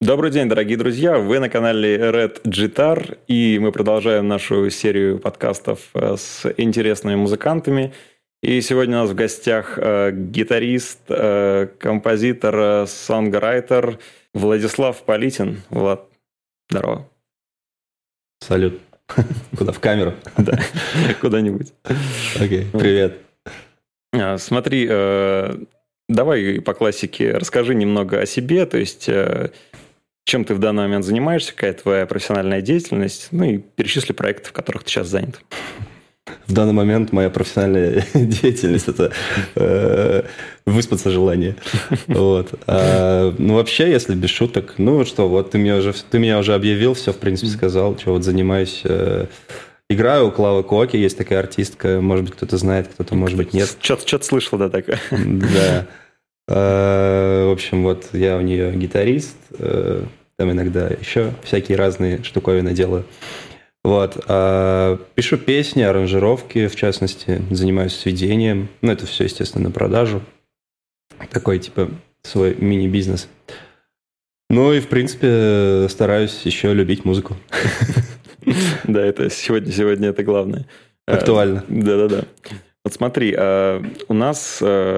Добрый день, дорогие друзья! Вы на канале Red Guitar, и мы продолжаем нашу серию подкастов с интересными музыкантами. И сегодня у нас в гостях гитарист, композитор, сонграйтер Владислав Политин. Влад, здорово. Салют. Куда? В камеру? Да, куда-нибудь. Окей, привет. Смотри, давай по классике расскажи немного о себе, то есть чем ты в данный момент занимаешься, какая твоя профессиональная деятельность, ну и перечисли проекты, в которых ты сейчас занят. В данный момент моя профессиональная деятельность – это выспаться желание. Вот. Ну, вообще, если без шуток, ну что, вот ты меня уже объявил, все, в принципе, сказал, что вот занимаюсь. Играю у Клавы Коки, есть такая артистка, может быть, кто-то знает, кто-то, может быть, нет. Что-то слышал, да, такое. Да. В общем, вот я у нее гитарист, там иногда еще всякие разные штуковины делаю. Вот. Пишу песни, аранжировки, в частности, занимаюсь сведением. Ну, это все, естественно, на продажу. Такой, типа, свой мини-бизнес. Ну и, в принципе, стараюсь еще любить музыку. Да, это сегодня это главное. Актуально. Да. Вот смотри, у нас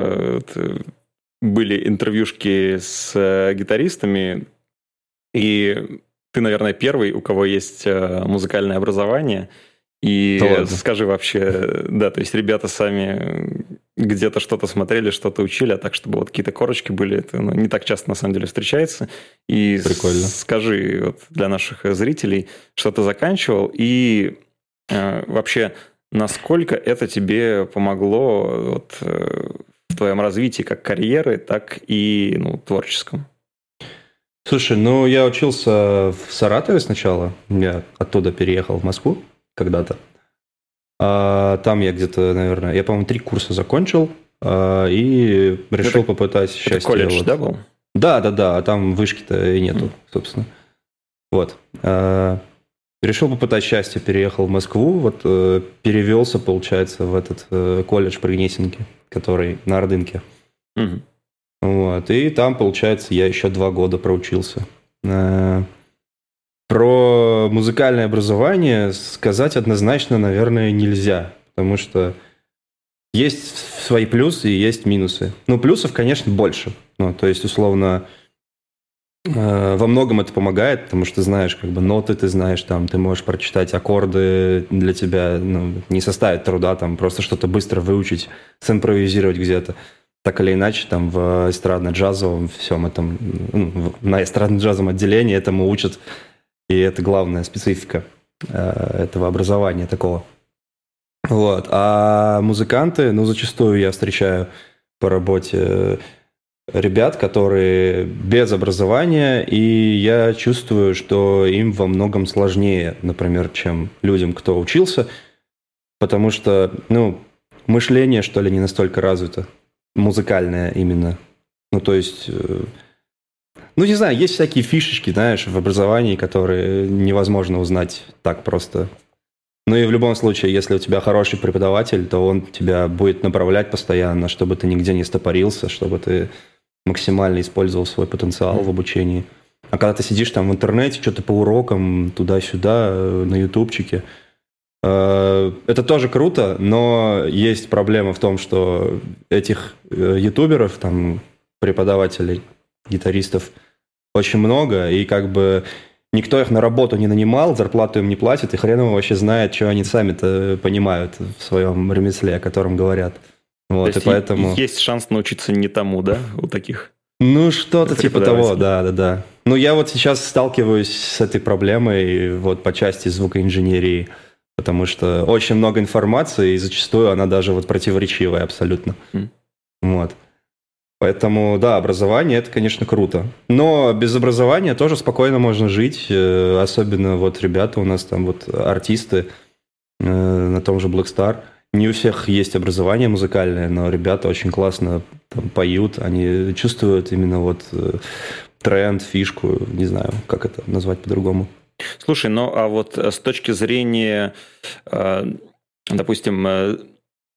были интервьюшки с гитаристами, и ты, наверное, первый, у кого есть музыкальное образование. И скажи вообще, да, то есть ребята сами где-то что-то смотрели, что-то учили, а так, чтобы вот какие-то корочки были, это не так часто на самом деле встречается. И прикольно. Скажи вот для наших зрителей, что ты заканчивал, и вообще, насколько это тебе помогло вот, в твоем развитии как карьеры, так и творческом? Слушай, ну я учился в Саратове сначала, я оттуда переехал в Москву когда-то. Там я где-то, наверное, я, по-моему, 3 курса закончил и решил попытать счастье. Это колледж, да, был? Да, а там вышки-то и нету, собственно. Вот. Решил попытать счастье, переехал в Москву, вот перевелся, получается, в этот колледж при Гнесинке, который на Ордынке. Угу. Вот. И там, получается, я еще 2 года проучился. Про музыкальное образование сказать однозначно, наверное, нельзя, потому что есть свои плюсы и есть минусы. Ну, плюсов, конечно, больше. Ну, то есть, условно, во многом это помогает, потому что знаешь, как бы ноты ты знаешь, там, ты можешь прочитать аккорды, для тебя не составит труда, там, просто что-то быстро выучить, симпровизировать где-то. Так или иначе, там, в эстрадно-джазовом всем этом, на эстрадно-джазовом отделении этому учат. И это главная специфика этого образования такого. Вот. А музыканты, зачастую я встречаю по работе ребят, которые без образования, и я чувствую, что им во многом сложнее, например, чем людям, кто учился, потому что, мышление, что ли, не настолько развито, музыкальное именно. То есть... не знаю, есть всякие фишечки, знаешь, в образовании, которые невозможно узнать так просто. И в любом случае, если у тебя хороший преподаватель, то он тебя будет направлять постоянно, чтобы ты нигде не стопорился, чтобы ты максимально использовал свой потенциал в обучении. А когда ты сидишь там в интернете, что-то по урокам, туда-сюда, на ютубчике, это тоже круто, но есть проблема в том, что этих ютуберов, там, преподавателей, гитаристов, очень много, и как бы никто их на работу не нанимал, зарплату им не платит, и хрен его вообще знает, что они сами-то понимают в своем ремесле, о котором говорят. Вот, то и поэтому... Есть шанс научиться не тому, да, у таких? Что-то типа того, да. Я вот сейчас сталкиваюсь с этой проблемой вот по части звукоинженерии, потому что очень много информации, и зачастую она даже вот противоречивая абсолютно. Вот. Поэтому, да, образование – это, конечно, круто. Но без образования тоже спокойно можно жить. Особенно вот ребята у нас там вот артисты на том же Black Star. Не у всех есть образование музыкальное, но ребята очень классно там поют. Они чувствуют именно вот тренд, фишку. Не знаю, как это назвать по-другому. Слушай, а вот с точки зрения, допустим,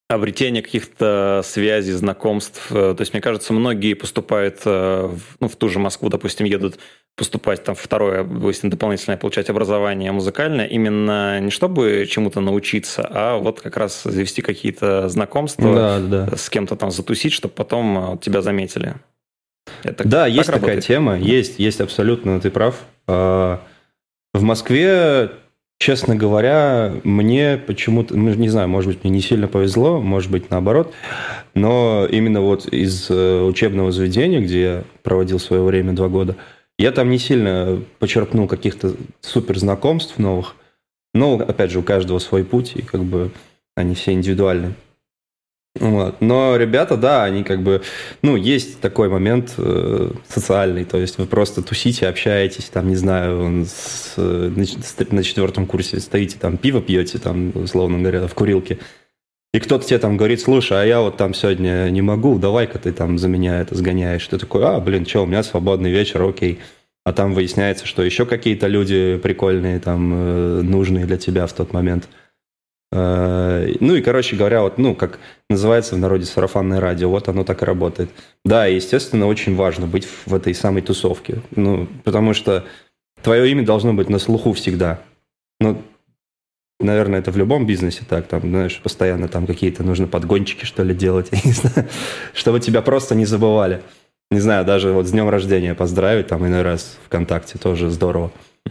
обретение каких-то связей, знакомств. То есть, мне кажется, многие поступают в ту же Москву, допустим, едут поступать там второе, допустим, дополнительное получать образование музыкальное, именно не чтобы чему-то научиться, а вот как раз завести какие-то знакомства, с кем-то там затусить, чтобы потом тебя заметили. Это есть работает? Такая тема, есть абсолютно, ты прав. В Москве, честно говоря, мне почему-то, не знаю, может быть, мне не сильно повезло, может быть, наоборот, но именно вот из учебного заведения, где я проводил свое время 2 года, я там не сильно почерпнул каких-то супер знакомств новых. Но, опять же, у каждого свой путь, и как бы они все индивидуальны. Вот. Но ребята, да, они как бы... есть такой момент социальный, то есть вы просто тусите, общаетесь, там, не знаю, на 4-м курсе стоите, там, пиво пьете, там, условно говоря, в курилке. И кто-то тебе там говорит: слушай, а я вот там сегодня не могу, давай-ка ты там за меня это сгоняешь. Ты такой: что, у меня свободный вечер, окей. А там выясняется, что еще какие-то люди прикольные, там, нужные для тебя в тот момент. И, короче говоря, вот, как называется в народе сарафанное радио, вот оно так и работает. Да, и, естественно, очень важно быть в этой самой тусовке. Потому что твое имя должно быть на слуху всегда. Наверное, это в любом бизнесе так, там, знаешь, постоянно там какие-то нужно подгончики, что ли, делать, я не знаю, чтобы тебя просто не забывали. Не знаю, даже вот с днем рождения поздравить, там, иной раз ВКонтакте тоже здорово.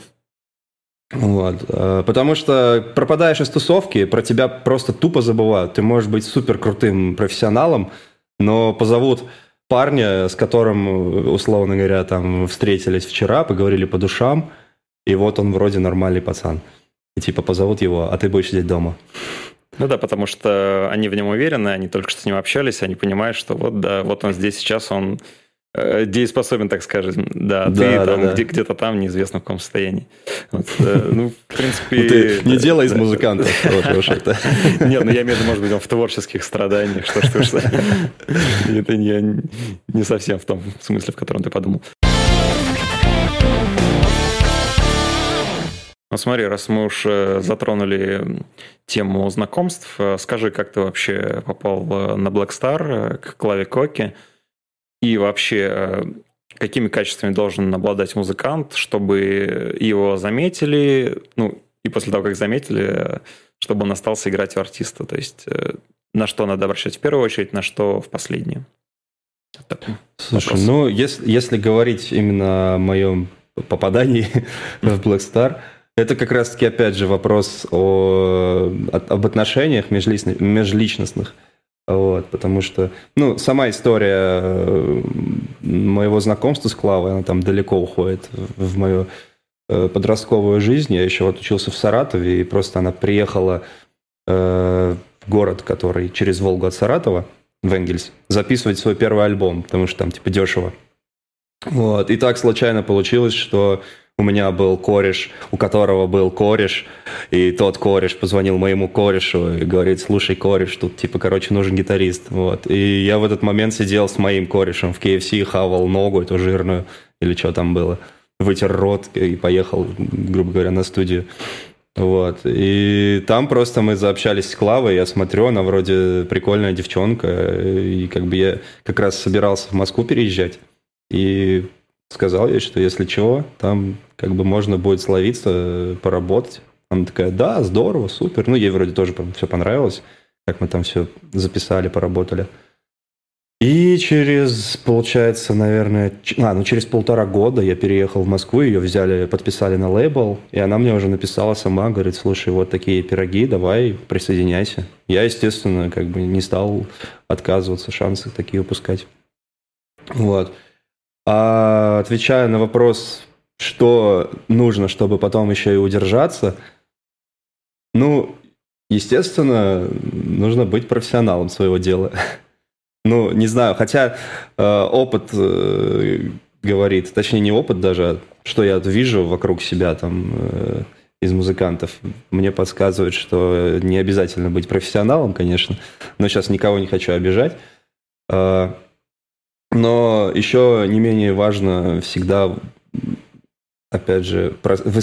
Вот. Потому что пропадаешь из тусовки, про тебя просто тупо забывают. Ты можешь быть супер крутым профессионалом, но позовут парня, с которым, условно говоря, там, встретились вчера, поговорили по душам, и вот он вроде нормальный пацан. И типа позовут его, а ты будешь сидеть дома. Да, потому что они в нем уверены, они только что с ним общались, они понимают, что вот он здесь сейчас, он дееспособен, так скажем. Да, ты там где-то там, неизвестно в каком состоянии. Вот, в принципе... Ты не делай из музыканта. Нет, я имею в виду, может быть, он в творческих страданиях, что. Это не совсем в том смысле, в котором ты подумал. Смотри, раз мы уж затронули тему знакомств, скажи, как ты вообще попал на Black Star, к Клаве Коки, и вообще, какими качествами должен обладать музыкант, чтобы его заметили, и после того, как заметили, чтобы он остался играть в артиста, то есть на что надо обращать в первую очередь, на что в последнюю. Слушай, если говорить именно о моем попадании в Black Star, это как раз-таки, опять же, вопрос об отношениях межличностных. Вот, потому что, сама история моего знакомства с Клавой, она там далеко уходит в мою подростковую жизнь. Я еще вот учился в Саратове, и просто она приехала в город, который через Волгу от Саратова, в Энгельс, записывать свой первый альбом, потому что там типа дешево. Вот, и так случайно получилось, что у меня был кореш, у которого был кореш, и тот кореш позвонил моему корешу и говорит: слушай, кореш, тут типа, нужен гитарист. Вот. И я в этот момент сидел с моим корешем в KFC, хавал ногу эту жирную, или что там было, вытер рот и поехал, грубо говоря, на студию. Вот. И там просто мы заобщались с Клавой, я смотрю, она вроде прикольная девчонка, и как бы я как раз собирался в Москву переезжать, и сказал ей, что если чего, там как бы можно будет словиться, поработать. Она такая: да, здорово, супер. Ей вроде тоже все понравилось, как мы там все записали, поработали. И через, получается, наверное, через 1,5 года я переехал в Москву, ее взяли, подписали на лейбл, и она мне уже написала сама, говорит: слушай, вот такие пироги, давай, присоединяйся. Я, естественно, как бы не стал отказываться, шансы такие упускать. Вот. А отвечая на вопрос, что нужно, чтобы потом еще и удержаться, естественно, нужно быть профессионалом своего дела. Не знаю, хотя опыт говорит, точнее не опыт даже, а что я вижу вокруг себя там из музыкантов, мне подсказывает, что не обязательно быть профессионалом, конечно, но сейчас никого не хочу обижать. Но еще не менее важно всегда, опять же,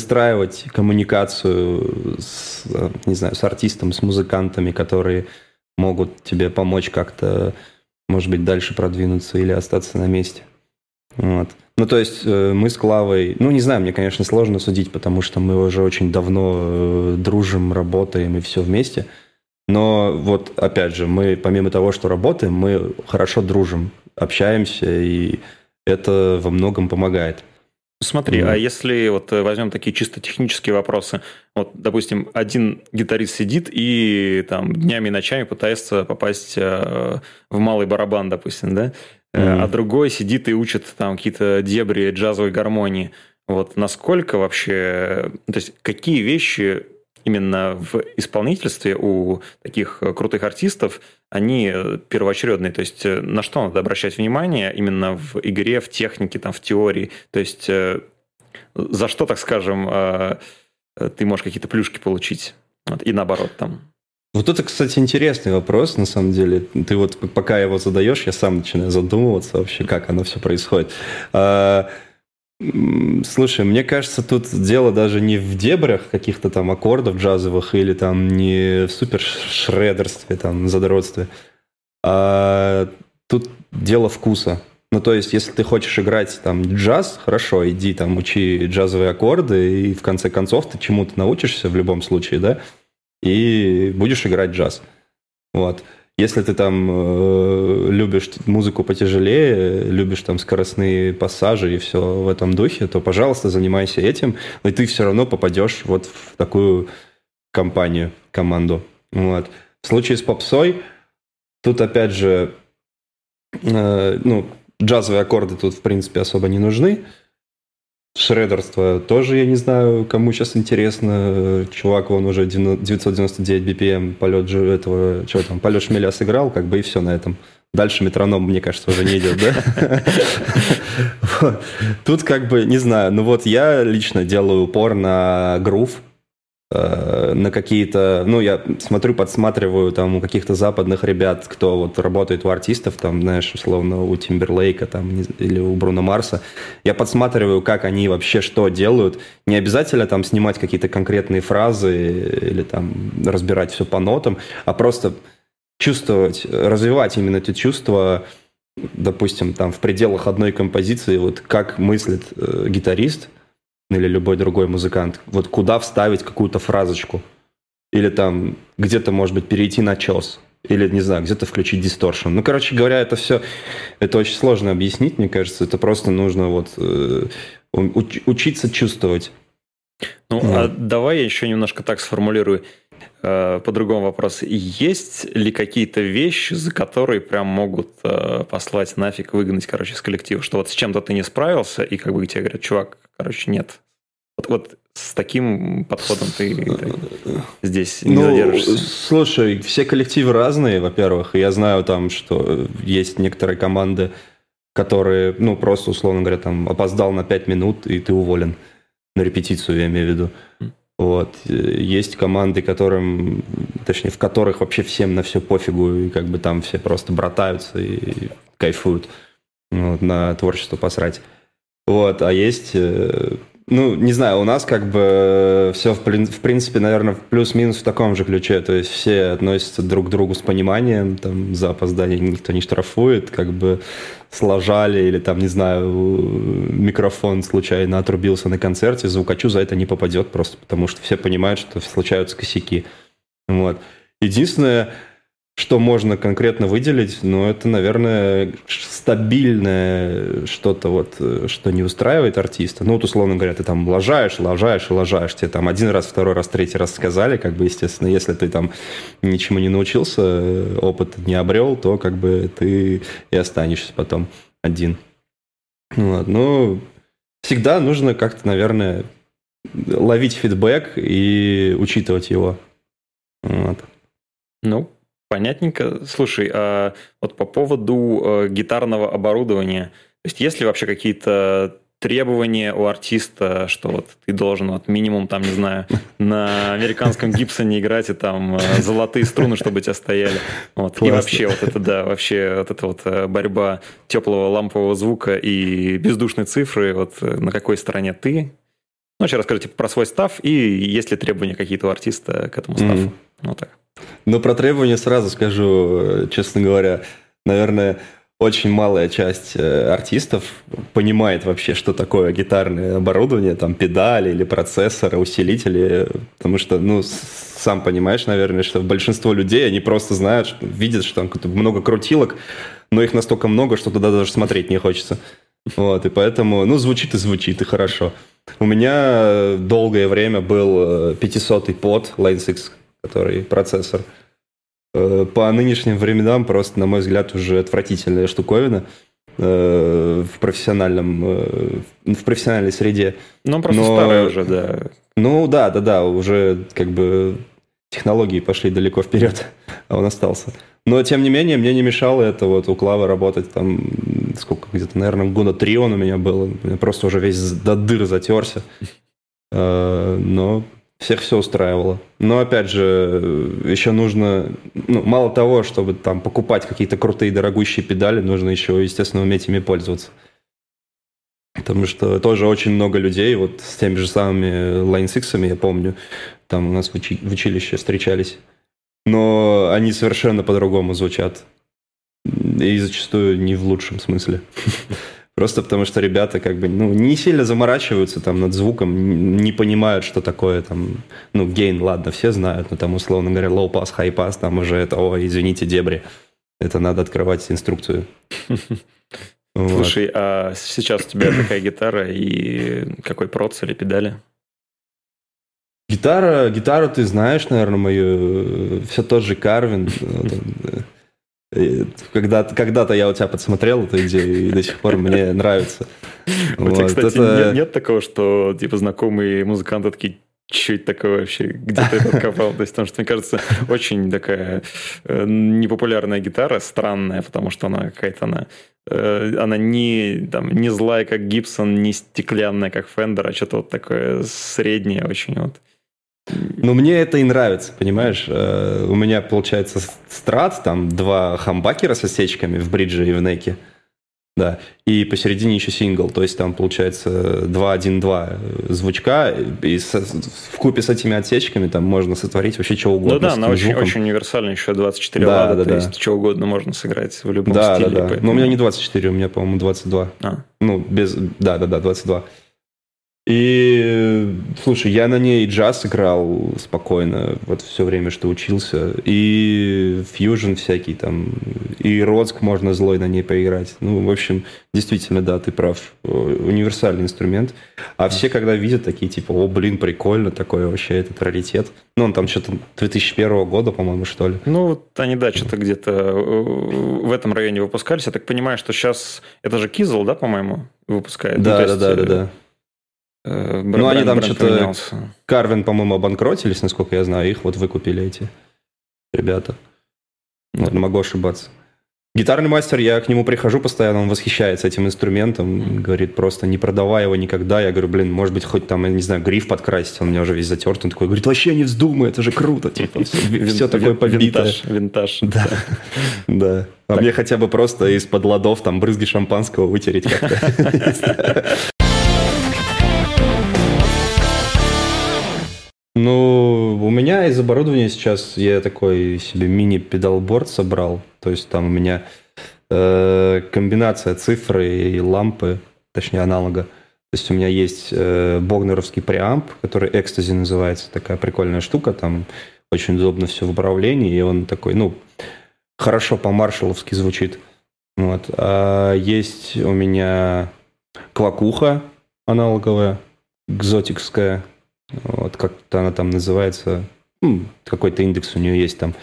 выстраивать коммуникацию с артистом, с музыкантами, которые могут тебе помочь как-то, может быть, дальше продвинуться или остаться на месте. Вот. Ну, то есть мы с Клавой, ну, не знаю, мне, конечно, сложно судить, потому что мы уже очень давно дружим, работаем и все вместе. Но вот, опять же, мы, помимо того, что работаем, мы хорошо дружим, общаемся, и это во многом помогает. Смотри, а если вот возьмем такие чисто технические вопросы, вот, допустим, один гитарист сидит и там днями и ночами пытается попасть в малый барабан, допустим, да, а другой сидит и учит там какие-то дебри джазовой гармонии. Вот насколько вообще, то есть какие вещи именно в исполнительстве у таких крутых артистов, они первоочередные. То есть на что надо обращать внимание именно в игре, в технике, там, в теории. То есть за что, так скажем, ты можешь какие-то плюшки получить. Вот, и наоборот там. Вот это, кстати, интересный вопрос, на самом деле. Ты вот пока его задаешь, я сам начинаю задумываться вообще, как оно все происходит. Слушай, мне кажется, тут дело даже не в дебрях каких-то там аккордов джазовых или там не в супершредерстве, там, задротстве, а тут дело вкуса. Ну, то есть, если ты хочешь играть там джаз, хорошо, иди там учи джазовые аккорды, и в конце концов ты чему-то научишься в любом случае, да, и будешь играть джаз. Вот. Если ты там любишь музыку потяжелее, любишь там скоростные пассажи и все в этом духе, то, пожалуйста, занимайся этим, но и ты все равно попадешь вот в такую компанию, команду. Вот. В случае с попсой, тут опять же, джазовые аккорды тут, в принципе, особо не нужны. Шредерство тоже, я не знаю, кому сейчас интересно. Чувак, он уже 999 BPM полет же этого, что там, полет шмеля сыграл, как бы и все на этом. Дальше метроном, мне кажется, уже не идет, да? Тут как бы, не знаю, ну вот я лично делаю упор на грув, на какие-то, ну, я смотрю, подсматриваю там у каких-то западных ребят, кто вот работает у артистов, там, знаешь, условно, у Тимберлейка там, или у Бруно Марса. Я подсматриваю, как они вообще что делают. Не обязательно там снимать какие-то конкретные фразы или там разбирать все по нотам, а просто чувствовать, развивать именно эти чувства, допустим, там в пределах одной композиции, вот как мыслит гитарист, или любой другой музыкант, вот куда вставить какую-то фразочку, или там где-то, может быть, перейти на чес, или, не знаю, где-то включить дисторшн. Ну, короче говоря, это все, это очень сложно объяснить, мне кажется, это просто нужно вот учиться чувствовать. Ну, а давай я еще немножко так сформулирую по-другому вопрос. Есть ли какие-то вещи, за которые прям могут послать нафиг, выгнать, короче, с коллектива, что вот с чем-то ты не справился, и как бы тебе говорят, чувак, короче, нет. Вот с таким подходом ты здесь не задержишься. Слушай, все коллективы разные, во-первых. Я знаю там, что есть некоторые команды, которые, ну, просто, условно говоря, там опоздал на 5 минут, и ты уволен. На репетицию, я имею в виду. Вот. Есть команды, в которых вообще всем на все пофигу, и как бы там все просто братаются и кайфуют. Вот, на творчество посрать. Вот. А есть... Ну, не знаю, у нас как бы все, в принципе, наверное, плюс-минус в таком же ключе. То есть все относятся друг к другу с пониманием, там, за опоздание никто не штрафует, как бы сложали или там, не знаю, микрофон случайно отрубился на концерте, звукачу за это не попадет просто, потому что все понимают, что случаются косяки. Вот. Единственное, что можно конкретно выделить, ну, это, наверное, стабильное что-то вот, что не устраивает артиста. Ну, вот, условно говоря, ты там лажаешь. Тебе там один раз, второй раз, третий раз сказали, как бы, естественно, если ты там ничему не научился, опыт не обрел, то как бы ты и останешься потом один. Вот. Ну, всегда нужно как-то, наверное, ловить фидбэк и учитывать его. Вот. Ну, понятненько. Слушай, а вот по поводу гитарного оборудования, то есть ли вообще какие-то требования у артиста, что вот ты должен вот минимум там, не знаю, на американском Гибсоне играть и там золотые струны, чтобы у тебя стояли. Вот. И вообще вот это, да, вообще вот эта вот борьба теплого лампового звука и бездушной цифры, вот на какой стороне ты? Ну, вообще расскажи типа, про свой став и есть ли требования какие-то у артиста к этому ставу? Ну так. Но про требования сразу скажу, честно говоря, наверное, очень малая часть артистов понимает вообще, что такое гитарное оборудование, там педали или процессоры, усилители, потому что, ну, сам понимаешь, наверное, что большинство людей, они просто знают, видят, что там много крутилок, но их настолько много, что туда даже смотреть не хочется. Вот, и поэтому, ну, звучит, и хорошо. У меня долгое время был 500-й под Line 6, который процессор. По нынешним временам просто, на мой взгляд, уже отвратительная штуковина в профессиональной среде. Ну, просто старая уже, да. Ну, да, уже как бы технологии пошли далеко вперед, а он остался. Но, тем не менее, мне не мешало это вот у Клавы работать там, сколько, где-то, наверное, года 3 он у меня был. Я просто уже весь до дыр затерся. Но всех все устраивало. Но, опять же, еще нужно... Ну, мало того, чтобы там покупать какие-то крутые дорогущие педали, нужно еще, естественно, уметь ими пользоваться. Потому что тоже очень много людей, вот с теми же самыми Line 6, я помню, там у нас в училище встречались, но они совершенно по-другому звучат. И зачастую не в лучшем смысле. Просто потому что ребята как бы, ну, не сильно заморачиваются там над звуком, не понимают, что такое там, ну, гейн, ладно, все знают, но там, условно говоря, low pass, high pass, там уже это, извините, дебри. Это надо открывать инструкцию. Слушай, а сейчас у тебя какая гитара и какой проц или педали? Гитару ты знаешь, наверное, мою, все тот же Карвин. Когда-то я у тебя подсмотрел эту идею, и до сих пор мне нравится. У тебя, кстати, нет такого, что типа знакомые музыканты такие, что это такое вообще, где ты это откопал? То есть, потому что, мне кажется, очень такая непопулярная гитара, странная, потому что она какая-то, она не злая, как Гибсон, не стеклянная, как Фендер, а что-то вот такое среднее очень вот. Ну, мне это и нравится, понимаешь? У меня, получается, страт, там 2 хамбакера с осечками в бридже и в неке. Да, и посередине еще сингл, то есть там получается 2-1-2 звучка, и вкупе с этими отсечками там можно сотворить вообще что угодно. Ну да, она очень универсальная, еще 24 лада, то есть что угодно можно сыграть в любом стиле. Да. Поэтому... Но у меня не 24, у меня, по-моему, 22. Ну, без... Да, 22. И, слушай, я на ней джаз играл спокойно, вот все время, что учился, и фьюжн всякий там, и Родск можно злой на ней поиграть. Ну, в общем, действительно, да, ты прав, универсальный инструмент. А все, когда видят, такие типа, о, блин, прикольно, такой вообще этот раритет. Ну, он там что-то 2001 года, по-моему, что ли. Ну, они, да, что-то где-то в этом районе выпускались. Я так понимаю, что сейчас, это же Кизл, да, по-моему, выпускает? Да. Ну, они там что-то... Карвин, по-моему, обанкротились, насколько я знаю. Их вот выкупили эти ребята. Вот, могу ошибаться. Гитарный мастер, я к нему прихожу постоянно, он восхищается этим инструментом. Говорит, просто не продавай его никогда. Я говорю, блин, может быть, хоть там, я не знаю, гриф подкрасить. Он у меня уже весь затерт. Он такой, говорит, вообще не вздумай, это же круто. Типа, все такое побитое. Винтаж. Да. А мне хотя бы просто из-под ладов там брызги шампанского вытереть как-то. Ну, у меня из оборудования сейчас я такой себе мини-педалборд собрал. То есть там у меня комбинация цифры и лампы, точнее аналога. То есть у меня есть богнеровский преамп, который Ecstasy называется. Такая прикольная штука. Там очень удобно все в управлении. И он такой, ну, хорошо по-маршаловски звучит. Вот. А есть у меня клакуха аналоговая, экзотикская. Вот как-то она там называется. Какой-то индекс у нее есть там.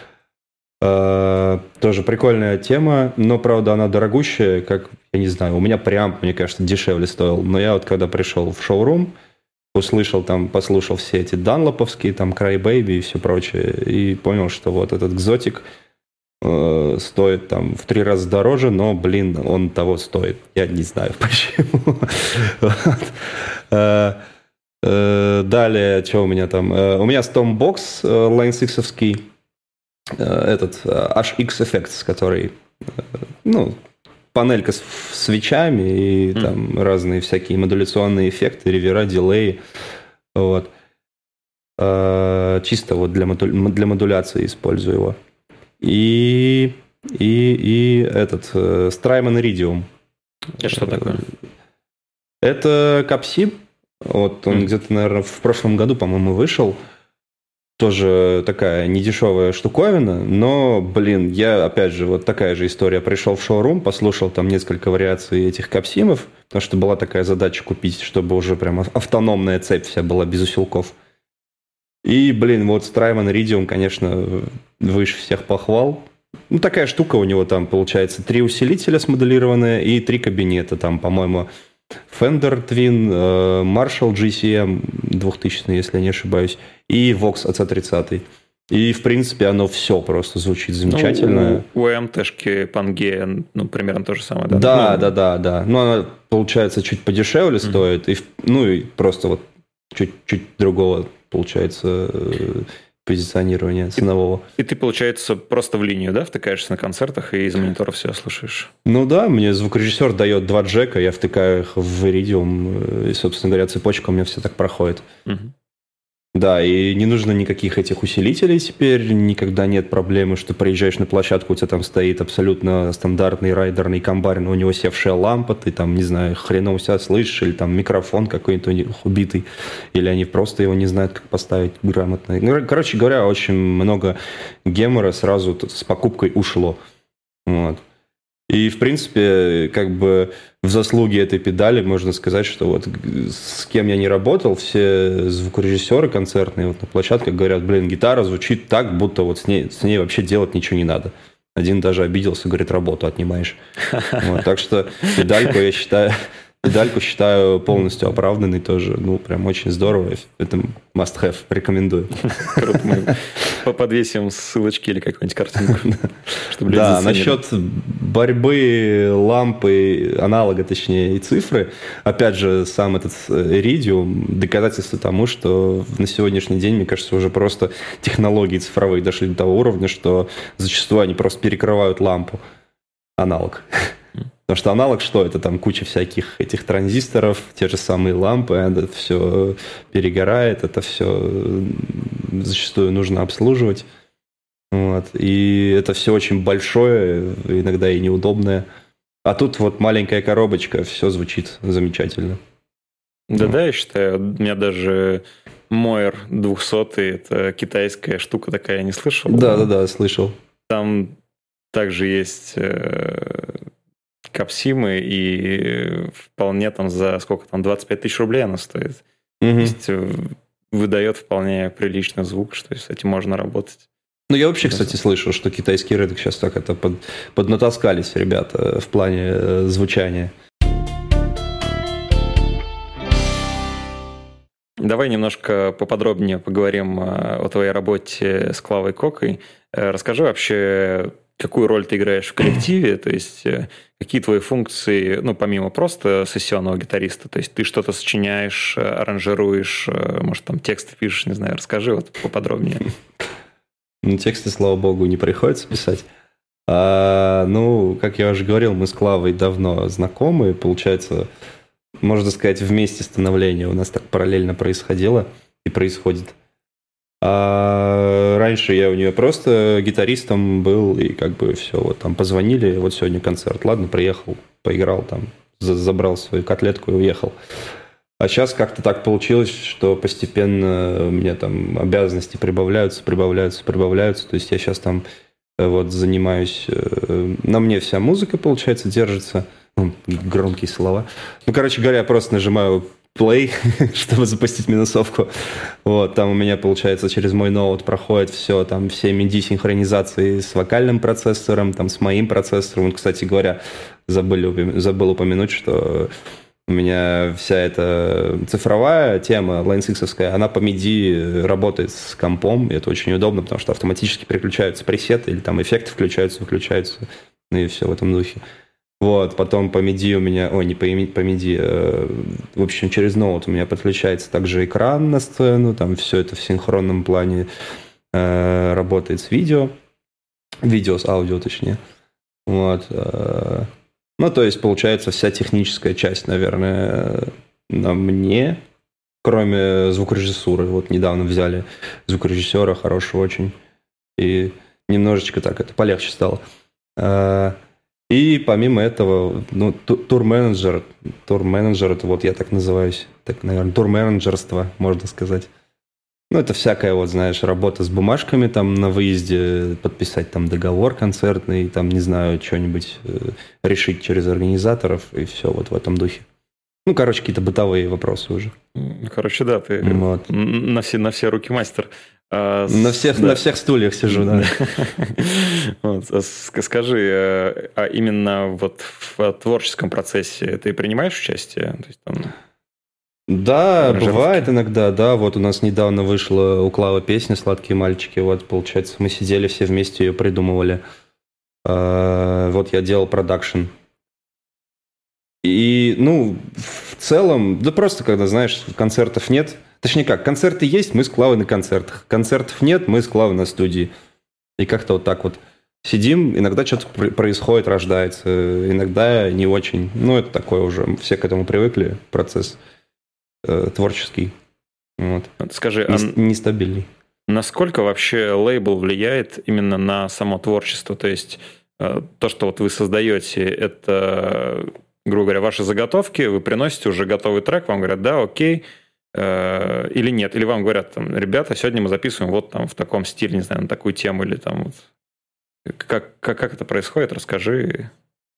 Тоже прикольная тема, но, правда, она дорогущая, как, я не знаю, у меня преамп, мне кажется, дешевле стоил. Но я вот когда пришел в шоурум, услышал там, послушал все эти данлоповские, там, Crybaby и все прочее, и понял, что вот этот экзотик стоит там в 3 раза дороже, но, блин, он того стоит. Я не знаю почему. Далее, что у меня там? У меня Stormbox Line 6-овский, этот HX Effects, который, ну, панелька с свечами и там разные всякие модуляционные эффекты, ревера, дилеи. Вот. Чисто вот для модуляции использую его. И этот Strymon Iridium. Это что такое? Это капсим. Вот он где-то, наверное, в прошлом году, по-моему, вышел. Тоже такая недешевая штуковина, но, блин, я, опять же, вот такая же история. Пришел в шоурум, послушал там несколько вариаций этих капсимов, потому что была такая задача купить, чтобы уже прям автономная цепь вся была без усилков. И, блин, вот Strymon Iridium, конечно, выше всех похвал. Ну, такая штука у него там, получается, 3 усилителя смоделированные и 3 кабинета. Там, по-моему, Fender Twin, Marshall GCM 2000, если я не ошибаюсь, и Vox AC30. И, в принципе, оно все просто звучит замечательно. Ну, у МТшки Pangea, ну, примерно то же самое, да? Да. Ну, она, получается, чуть подешевле стоит, и просто вот чуть-чуть другого, получается, позиционирования ценового. И ты, получается, просто в линию, да, втыкаешься на концертах и из монитора все слушаешь? Ну да, мне звукорежиссер дает 2 джека, я втыкаю их в Iridium, и, собственно говоря, цепочка у меня все так проходит. Да, и не нужно никаких этих усилителей теперь, никогда нет проблемы, что приезжаешь на площадку, у тебя там стоит абсолютно стандартный райдерный комбайн, у него севшая лампа, ты там, не знаю, хреново себя слышишь, или там микрофон какой-то у них убитый, или они просто его не знают, как поставить грамотно. Ну, короче говоря, очень много гемора сразу с покупкой ушло. Вот. И, в принципе, как бы в заслуге этой педали можно сказать, что вот с кем я не работал, все звукорежиссеры концертные вот на площадках говорят, блин, гитара звучит так, будто вот с ней вообще делать ничего не надо. Один даже обиделся, говорит, работу отнимаешь. Вот, так что педальку считаю полностью оправданной тоже. Ну, прям очень здорово. Это must have. Рекомендую. Круто. Мы подвесим ссылочки или какую-нибудь картинку. Да, насчет борьбы лампы, аналога, точнее, и цифры. Опять же, сам этот Iridium доказательство тому, что на сегодняшний день, мне кажется, уже просто технологии цифровые дошли до того уровня, что зачастую они просто перекрывают лампу. Аналог. Потому что аналог что? Это там куча всяких этих транзисторов, те же самые лампы, это все перегорает, это все зачастую нужно обслуживать. Вот. И это все очень большое, иногда и неудобное. А тут вот маленькая коробочка, все звучит замечательно. Да, я считаю, у меня даже Moer 200, это китайская штука такая, я не слышал. Да, слышал. Там также есть капсимы, и вполне там за сколько там, 25 тысяч рублей она стоит. То есть выдает вполне приличный звук, что с этим можно работать. Ну, я вообще, кстати, слышал, что китайский рынок сейчас так это поднатаскались ребята в плане звучания. Давай немножко поподробнее поговорим о твоей работе с Клавой Кокой. Расскажи вообще, какую роль ты играешь в коллективе, то есть какие твои функции, ну, помимо просто сессионного гитариста, то есть ты что-то сочиняешь, аранжируешь, может, там тексты пишешь, не знаю, расскажи вот поподробнее. Ну, тексты, слава богу, не приходится писать. Ну, как я уже говорил, мы с Клавой давно знакомы, получается, можно сказать, вместе становление у нас так параллельно происходило и происходит. А раньше я у нее просто гитаристом был, и как бы все, вот там позвонили, вот сегодня концерт, ладно, приехал, поиграл там, забрал свою котлетку и уехал. А сейчас как-то так получилось, что постепенно у меня там обязанности прибавляются. То есть я сейчас там вот занимаюсь, на мне вся музыка, получается, держится, громкие слова. Ну, короче говоря, я просто нажимаю play, чтобы запустить минусовку. Вот, там у меня, получается, через мой ноут проходит все, там все MIDI-синхронизации с вокальным процессором, там с моим процессором. Вот, кстати говоря, забыл упомянуть, что у меня вся эта цифровая тема, Line6-овская, она по MIDI работает с компом, и это очень удобно, потому что автоматически переключаются пресеты, или там эффекты включаются, выключаются, ну и все в этом духе. Вот, потом по MIDI у меня, не по MIDI, в общем, через ноут у меня подключается также экран на сцену, там все это в синхронном плане работает с видео с аудио, точнее. Вот. Ну, то есть, получается, вся техническая часть, наверное, на мне. кроме звукорежиссуры. Вот недавно взяли звукорежиссера хорошего очень, и немножечко так это полегче стало. И помимо этого, ну, турменеджер это вот я так называюсь, так, наверное, турменеджерство, можно сказать. Ну, это всякая, вот, знаешь, работа с бумажками там на выезде, подписать там договор концертный, там, не знаю, что-нибудь решить через организаторов, и все вот в этом духе. Ну, короче, какие-то бытовые вопросы уже. Короче, да, ты вот на все руки мастер. На всех стульях сижу, да. Вот, скажи, а именно вот в творческом процессе ты принимаешь участие? То есть, там, да, бывает иногда, да. Вот у нас недавно вышла у Клавы песня «Сладкие мальчики». Вот, получается, мы сидели все вместе ее придумывали. Вот я делал продакшн. И, ну, в целом, да просто когда, знаешь, концертов нет. Точнее как, концерты есть, мы с Клавой на концертах. Концертов нет, мы с Клавой на студии. И как-то вот так вот сидим, иногда что-то происходит, рождается, иногда не очень. Ну, это такое уже, все к этому привыкли, процесс творческий. Вот. Скажи, нестабильный. Насколько вообще лейбл влияет именно на само творчество? То есть то, что вот вы создаете, это, грубо говоря, ваши заготовки, вы приносите уже готовый трек, вам говорят, да, окей, или нет, или вам говорят, там, ребята, сегодня мы записываем вот там в таком стиле, не знаю, на такую тему, или там вот. Как это происходит, расскажи.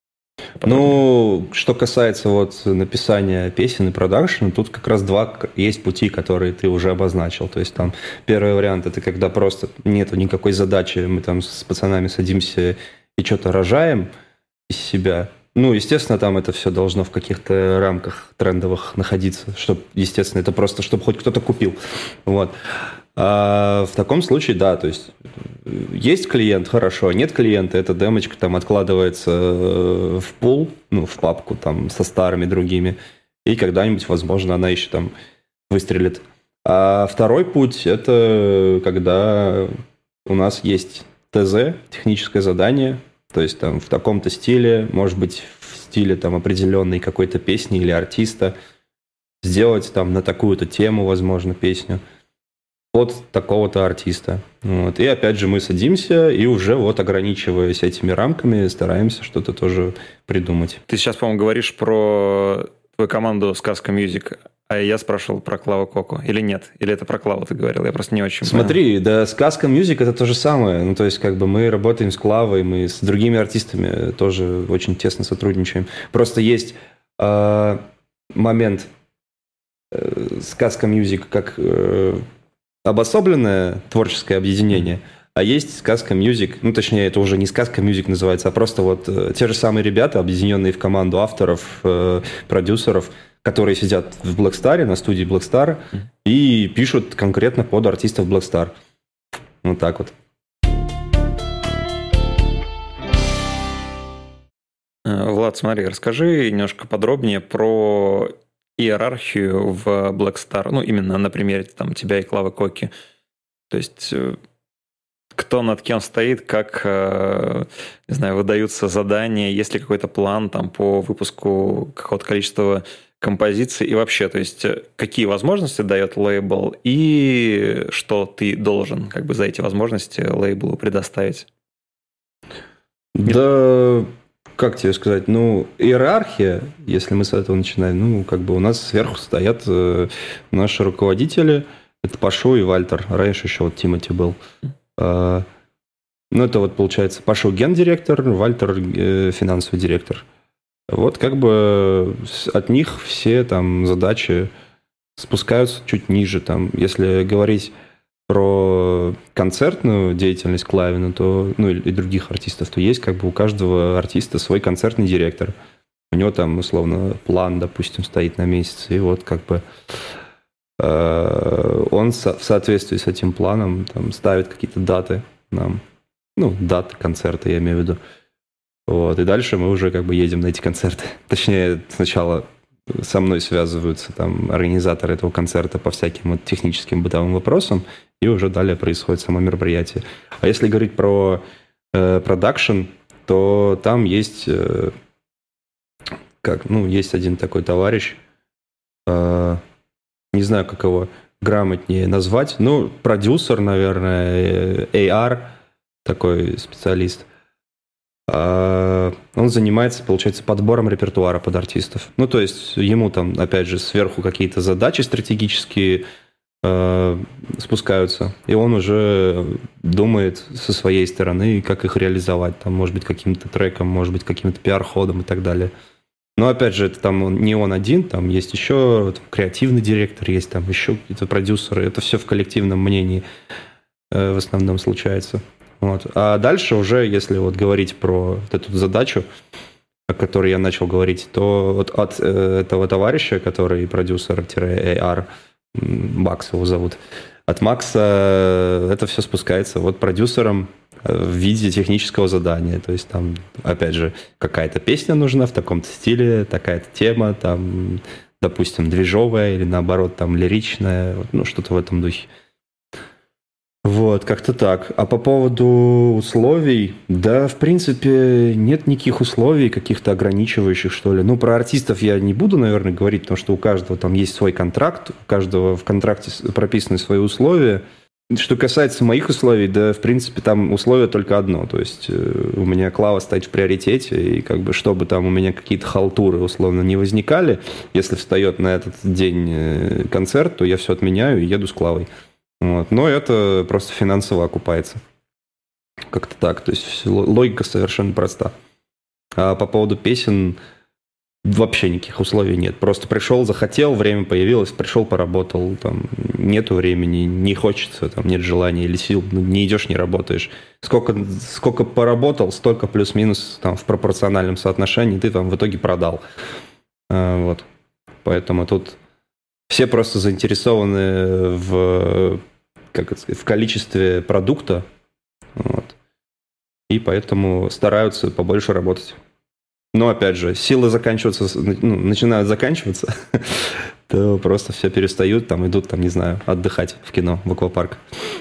Ну, что касается вот написания песен и продакшена, тут как раз два есть пути, которые ты уже обозначил. То есть там первый вариант – это когда просто нету никакой задачи, мы там с пацанами садимся и что-то рожаем из себя. Ну, естественно, там это все должно в каких-то рамках трендовых находиться, чтобы, естественно, это просто, чтобы хоть кто-то купил. Вот. А в таком случае, да, то есть есть клиент, хорошо, нет клиента, эта демочка там откладывается в пул, ну, в папку там со старыми другими, и когда-нибудь, возможно, она еще там выстрелит. А второй путь – это когда у нас есть ТЗ, техническое задание, то есть там в таком-то стиле, может быть, в стиле там определенной какой-то песни или артиста, сделать там на такую-то тему, возможно, песню от такого-то артиста. Вот. И опять же мы садимся и уже вот ограничиваясь этими рамками стараемся что-то тоже придумать. Ты сейчас, по-моему, говоришь про твою команду «Сказка Music», а я спрашивал про Клаву Коку. Или нет? Или это про Клаву ты говорил? Я просто не очень Смотри, понял. Да, «Сказка Music» — это то же самое. Ну, то есть как бы мы работаем с Клавой, мы с другими артистами тоже очень тесно сотрудничаем. Просто есть момент «Сказка Music» как обособленное творческое объединение, а есть «Сказка Music», ну, точнее, это уже не «Сказка Music» называется, а просто вот те же самые ребята, объединенные в команду авторов, продюсеров, которые сидят в Blackstar, на студии Blackstar, и пишут конкретно под артистов Blackstar. Вот так вот. Влад, смотри, расскажи немножко подробнее про иерархию в Blackstar, ну, именно на примере там, тебя и Клавы Коки. То есть, кто над кем стоит, как, не знаю, выдаются задания, есть ли какой-то план там, по выпуску какого-то количества композиций и вообще, то есть, какие возможности дает лейбл и что ты должен как бы за эти возможности лейблу предоставить? Да... Как тебе сказать? Ну, иерархия, если мы с этого начинаем, ну, как бы у нас сверху стоят наши руководители. Это Пашу и Вальтер. Раньше еще вот Тимати был. Ну, это вот получается Пашу гендиректор, Вальтер финансовый директор. Вот как бы от них все там задачи спускаются чуть ниже. Там, если говорить про концертную деятельность Клавина, то, ну и других артистов, то есть как бы у каждого артиста свой концертный директор. У него там, условно, план, допустим, стоит на месяц, и вот как бы он в соответствии с этим планом там, ставит какие-то даты нам, ну, даты концерта, я имею в виду. Вот, и дальше мы уже как бы едем на эти концерты. Точнее, сначала со мной связываются там организаторы этого концерта по всяким вот техническим бытовым вопросам, и уже далее происходит само мероприятие. А если говорить про продакшн, то там есть, есть один такой товарищ, не знаю, как его грамотнее назвать. Ну, продюсер, наверное, AR, такой специалист. Он занимается, получается, подбором репертуара под артистов. Ну, то есть ему там, опять же, сверху какие-то задачи стратегические спускаются, и он уже думает со своей стороны, как их реализовать. Там, может быть, каким-то треком, может быть, каким-то пиар-ходом и так далее. Но, опять же, это там не он один, там есть еще там, креативный директор, есть там еще какие-то продюсеры. Это все в коллективном мнении в основном случается. Вот. А дальше уже, если вот говорить про вот эту задачу, о которой я начал говорить, то вот от этого товарища, который продюсер-AR, Макс его зовут, от Макса это все спускается вот продюсером в виде технического задания. То есть там, опять же, какая-то песня нужна в таком-то стиле, такая-то тема, там, допустим, движовая или наоборот там лиричная, ну что-то в этом духе. Вот, как-то так. А по поводу условий, да, в принципе, нет никаких условий, каких-то ограничивающих, что ли. Ну, про артистов я не буду, наверное, говорить, потому что у каждого там есть свой контракт, у каждого в контракте прописаны свои условия. Что касается моих условий, да, в принципе, там условие только одно. То есть у меня клава стоит в приоритете, и как бы чтобы там у меня какие-то халтуры условно не возникали, если встает на этот день концерт, то я все отменяю и еду с клавой. Вот. Но это просто финансово окупается. Как-то так. То есть логика совершенно проста. А по поводу песен вообще никаких условий нет. Просто пришел, захотел, время появилось, пришел, поработал. Там нету времени, не хочется, там нет желания или сил. Не идешь, не работаешь. Сколько поработал, столько плюс-минус там, в пропорциональном соотношении ты там в итоге продал. Вот. Поэтому тут все просто заинтересованы в количестве продукта, вот, и поэтому стараются побольше работать. Но, опять же, силы начинают заканчиваться, то просто все перестают, там идут, там, не знаю, отдыхать в кино, в аквапарк.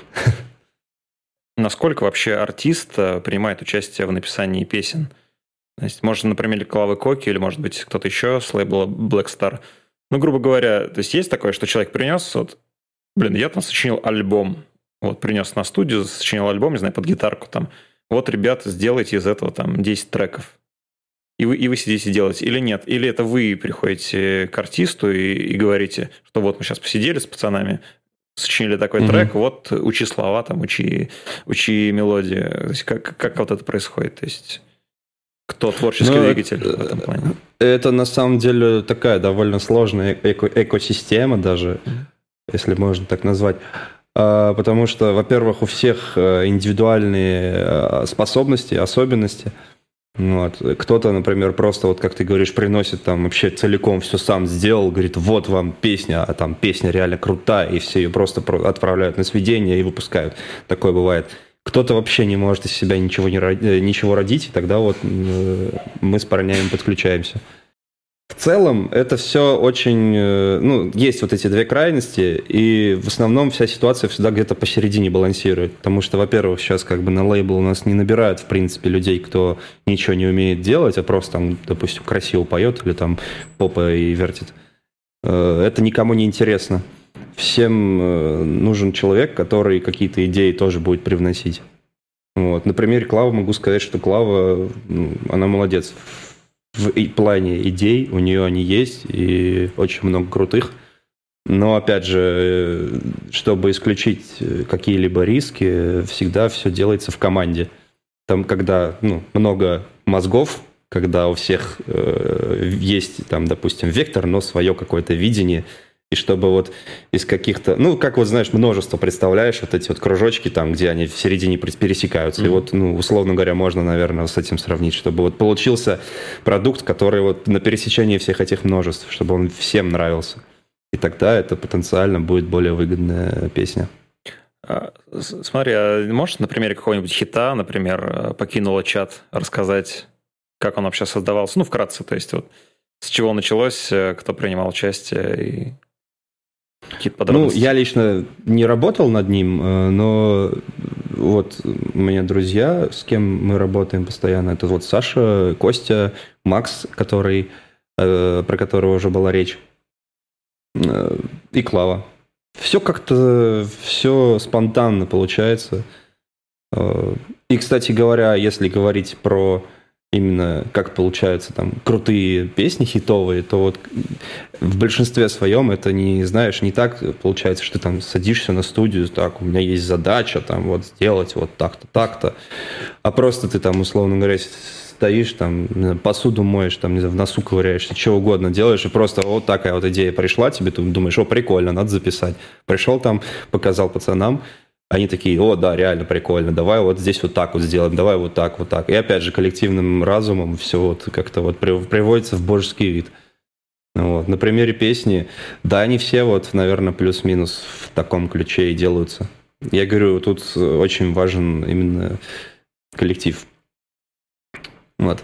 Насколько вообще артист принимает участие в написании песен? То есть, может, например, Клавы Коки, или, может быть, кто-то еще с лейбла Black Star. Ну, грубо говоря, то есть такое, что человек принес, вот, я там сочинил альбом, вот принес на студию, сочинил альбом, не знаю, под гитарку там, вот, ребята, сделайте из этого там 10 треков. И вы сидите делаете, или нет? Или это вы приходите к артисту и говорите, что вот мы сейчас посидели с пацанами, сочинили такой трек, вот учи слова, там, учи мелодию. То есть как вот это происходит? То есть кто творческий двигатель в этом плане? Это на самом деле такая довольно сложная экосистема даже, если можно так назвать. Потому что, во-первых, у всех индивидуальные способности, особенности. Вот. Кто-то, например, просто, вот как ты говоришь, приносит там вообще целиком все сам сделал, говорит, вот вам песня, а там песня реально крутая, и все ее просто отправляют на сведение и выпускают. Такое бывает. Кто-то вообще не может из себя ничего родить, и тогда вот мы с парнями подключаемся. В целом это все очень... есть вот эти две крайности, и в основном вся ситуация всегда где-то посередине балансирует. Потому что, во-первых, сейчас как бы на лейбл у нас не набирают, в принципе, людей, кто ничего не умеет делать, а просто там, допустим, красиво поет или там попой вертит. Это никому не интересно. Всем нужен человек, который какие-то идеи тоже будет привносить. Вот. На примере Клавы могу сказать, что Клава, она молодец. В плане идей у нее они есть, и очень много крутых. Но, опять же, чтобы исключить какие-либо риски, всегда все делается в команде. Там, когда много мозгов, когда у всех есть, там, допустим, вектор, но свое какое-то видение, и чтобы вот из каких-то... как вот, знаешь, множество, представляешь, вот эти вот кружочки там, где они в середине пересекаются. И вот, условно говоря, можно, наверное, с этим сравнить, чтобы вот получился продукт, который вот на пересечении всех этих множеств, чтобы он всем нравился. И тогда это потенциально будет более выгодная песня. Смотри, а можешь на примере какого-нибудь хита, например, «Покинула чат», рассказать, как он вообще создавался? Вкратце, то есть вот с чего началось, кто принимал участие и... какие-то подробности? Я лично не работал над ним, но вот у меня друзья, с кем мы работаем постоянно, это вот Саша, Костя, Макс, про которого уже была речь. и Клава. Все как-то, все спонтанно получается. И, кстати говоря, если говорить про именно как получаются там крутые песни хитовые, то вот в большинстве своем это не, знаешь, не так получается, что ты там садишься на студию, так, у меня есть задача там вот сделать вот так-то, так-то, а просто ты там, условно говоря, стоишь там, посуду моешь, там, не знаю, в носу ковыряешься, что угодно делаешь, и просто вот такая вот идея пришла тебе, ты думаешь, о, прикольно, надо записать. Пришел там, показал пацанам, они такие, о, да, реально прикольно, давай вот здесь вот так вот сделаем, давай вот так, вот так. И опять же, коллективным разумом все вот как-то вот приводится в божеский вид. Вот. На примере песни, да, они все вот, наверное, плюс-минус в таком ключе и делаются. Я говорю, тут очень важен именно коллектив. Вот.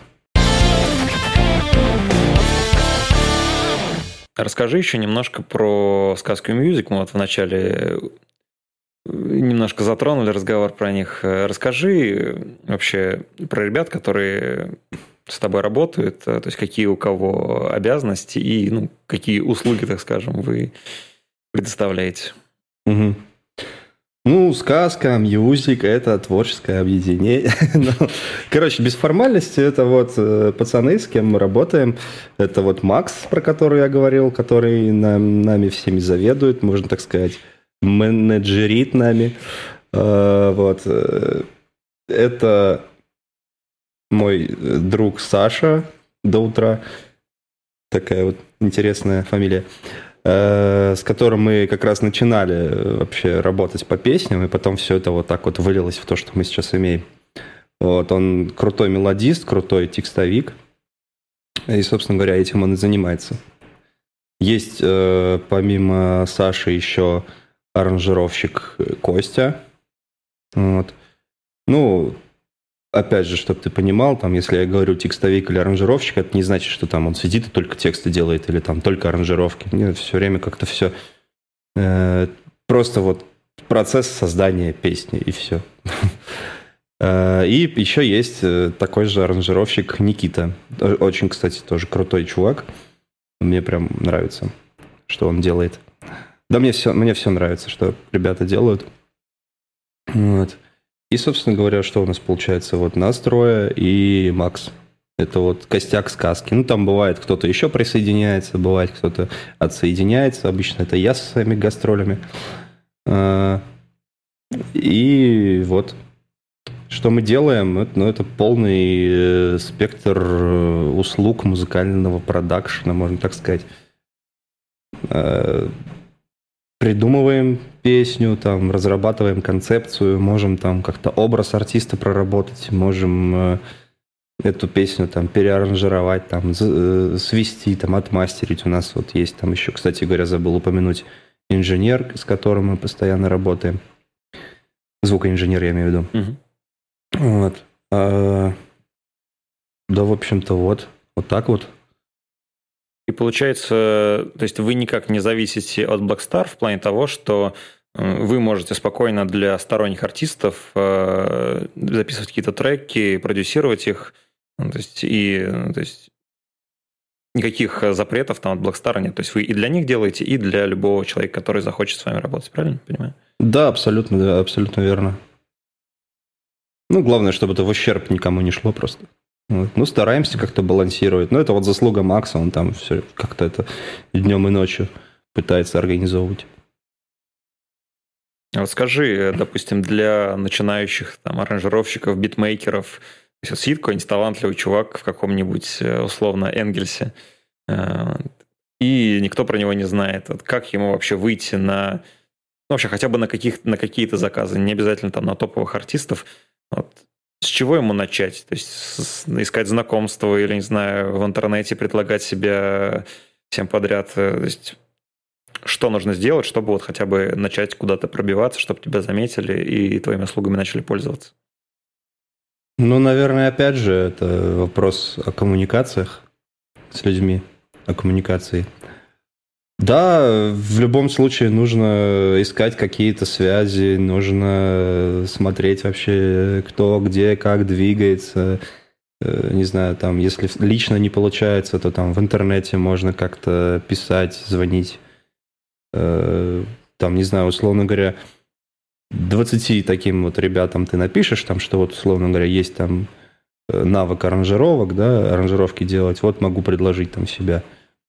Расскажи еще немножко про сказку Music. Мы вот вначале немножко затронули разговор про них. Расскажи вообще про ребят, которые с тобой работают, то есть какие у кого обязанности и какие услуги, так скажем, вы предоставляете. Угу. Сказка, Music – это творческое объединение. Короче, без формальности, это вот пацаны, с кем мы работаем. Это вот Макс, про который я говорил, который нами всеми заведует, можно так сказать, менеджерит нами. Вот. Это мой друг Саша до утра. Такая вот интересная фамилия. С которым мы как раз начинали вообще работать по песням, и потом все это вот так вот вылилось в то, что мы сейчас имеем. Вот, он крутой мелодист, крутой текстовик, и, собственно говоря, этим он и занимается. Есть помимо Саши еще аранжировщик Костя. Вот. Опять же, чтобы ты понимал, там, если я говорю текстовик или аранжировщик, это не значит, что там он сидит и только тексты делает или там только аранжировки. Нет, все время как-то все просто вот процесс создания песни и все. И еще есть такой же аранжировщик Никита. Очень, кстати, тоже крутой чувак. Мне прям нравится, что он делает. Да, мне все нравится, что ребята делают. Вот. И, собственно говоря, что у нас получается? Вот нас трое и Макс. Это вот костяк сказки. Там бывает кто-то еще присоединяется, бывает кто-то отсоединяется. Обычно это я со своими гастролями. И вот, что мы делаем? Это полный спектр услуг музыкального продакшена, можно так сказать. Придумываем песню, там, разрабатываем концепцию, можем там как-то образ артиста проработать, можем эту песню там переаранжировать, там, свести, там, отмастерить. У нас вот есть там еще, кстати говоря, забыл упомянуть инженер, с которым мы постоянно работаем. Звукоинженер, я имею в виду. Угу. Вот. Да, в общем-то, вот так вот. И получается, то есть вы никак не зависите от Blackstar в плане того, что вы можете спокойно для сторонних артистов записывать какие-то треки, продюсировать их, то есть никаких запретов там от Blackstar нет. То есть вы и для них делаете, и для любого человека, который захочет с вами работать, правильно понимаю? Да, абсолютно верно. Главное, чтобы это в ущерб никому не шло просто. Вот. Стараемся как-то балансировать. Это вот заслуга Макса, он там все как-то это днем и ночью пытается организовывать. Вот скажи, допустим, для начинающих там аранжировщиков, битмейкеров, сидит какой-нибудь талантливый чувак в каком-нибудь условно Энгельсе, и никто про него не знает. Вот как ему вообще выйти на... вообще хотя бы на какие-то заказы, не обязательно там на топовых артистов. Вот. С чего ему начать? То есть искать знакомства или, не знаю, в интернете предлагать себя всем подряд? То есть что нужно сделать, чтобы вот хотя бы начать куда-то пробиваться, чтобы тебя заметили и твоими услугами начали пользоваться? Наверное, опять же, это вопрос о коммуникациях с людьми, о коммуникации. Да, в любом случае нужно искать какие-то связи, нужно смотреть вообще, кто, где, как двигается. Не знаю, там, если лично не получается, то там в интернете можно как-то писать, звонить. там, не знаю, условно говоря, 20 таким вот ребятам ты напишешь, там, что вот, условно говоря, есть там навык аранжировок, да, аранжировки делать, вот могу предложить там себя.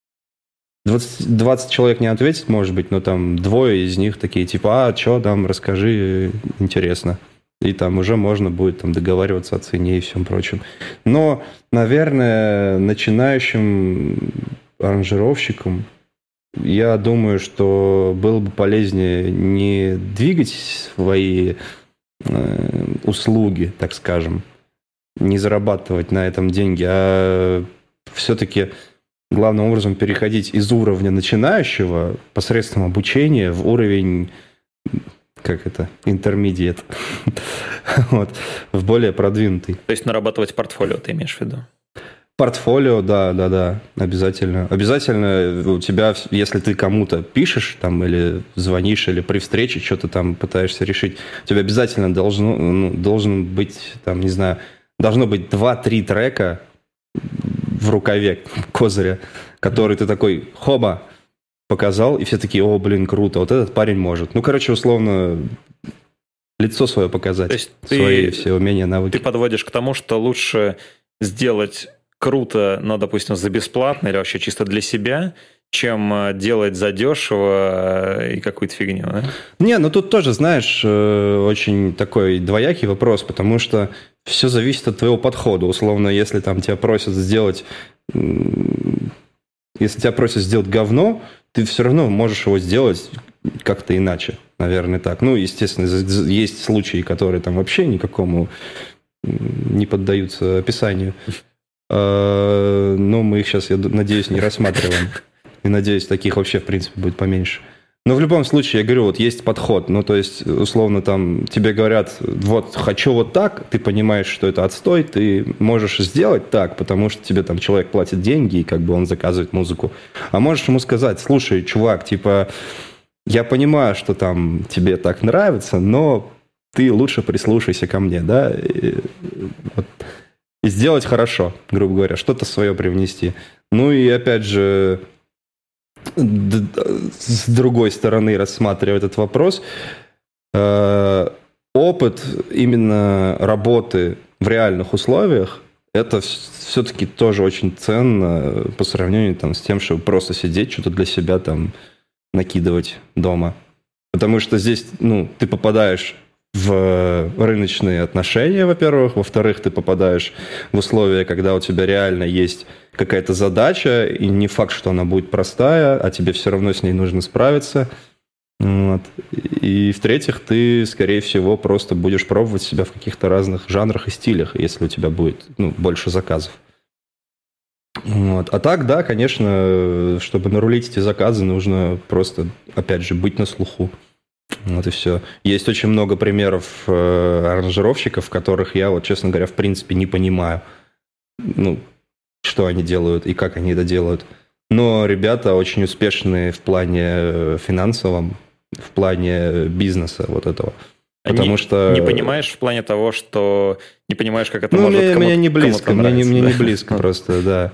20 человек не ответит, может быть, но там двое из них такие, типа, что там, расскажи, интересно. И там уже можно будет там договариваться о цене и всем прочем. Но, наверное, начинающим аранжировщикам, я думаю, что было бы полезнее не двигать свои услуги, так скажем, не зарабатывать на этом деньги, а все-таки главным образом переходить из уровня начинающего посредством обучения в уровень, как это, intermediate, вот, в более продвинутый. То есть нарабатывать портфолио, ты имеешь в виду? Портфолио, да, обязательно. Обязательно у тебя, если ты кому-то пишешь там или звонишь, или при встрече что-то там пытаешься решить, у тебя обязательно должен быть, там, не знаю, должно быть 2-3 трека в рукаве козыря, который ты такой, хоба, показал, и все такие, о, блин, круто, вот этот парень может. Ну, короче, условно, лицо свое показать, то есть свои все умения, навыки. Ты подводишь к тому, что лучше сделать круто, но, допустим, за бесплатно или вообще чисто для себя, чем делать задешево и какую-то фигню, да? Не, ну тут тоже, знаешь, очень такой двоякий вопрос, потому что все зависит от твоего подхода. Условно, если там тебя просят сделать... Если тебя просят сделать говно, ты все равно можешь его сделать как-то иначе, наверное, так. Ну, естественно, есть случаи, которые там вообще никакому не поддаются описанию. Но мы их сейчас, я надеюсь, не рассматриваем. И надеюсь, таких вообще, в принципе, будет поменьше. Но в любом случае, я говорю, вот есть подход. Ну, то есть, условно, там тебе говорят, вот, хочу вот так, ты понимаешь, что это отстой, ты можешь сделать так, потому что тебе там человек платит деньги, и как бы он заказывает музыку. А можешь ему сказать, слушай, чувак, типа, я понимаю, что там тебе так нравится, но ты лучше прислушайся ко мне, да, и сделать хорошо, грубо говоря, что-то свое привнести. Ну, и опять же... с другой стороны рассматривая этот вопрос, опыт именно работы в реальных условиях, это все-таки тоже очень ценно по сравнению там, с тем, чтобы просто сидеть, что-то для себя там накидывать дома. Потому что здесь, ну, ты попадаешь в рыночные отношения, во-первых. Во-вторых, ты попадаешь в условия, когда у тебя реально есть какая-то задача, и не факт, что она будет простая, а тебе все равно с ней нужно справиться. Вот. И в-третьих, ты, скорее всего, просто будешь пробовать себя в каких-то разных жанрах и стилях, если у тебя будет больше заказов. Вот. А так, да, конечно, чтобы нарулить эти заказы, нужно просто, опять же, быть на слуху. Вот и все. Есть очень много примеров аранжировщиков, которых я, вот, честно говоря, в принципе не понимаю, что они делают и как они это делают. Но ребята очень успешные в плане финансовом, в плане бизнеса вот этого. Потому что... Не понимаешь в плане того, что не понимаешь, как это может кому-то мне не близко, мне нравится, не близко просто, да.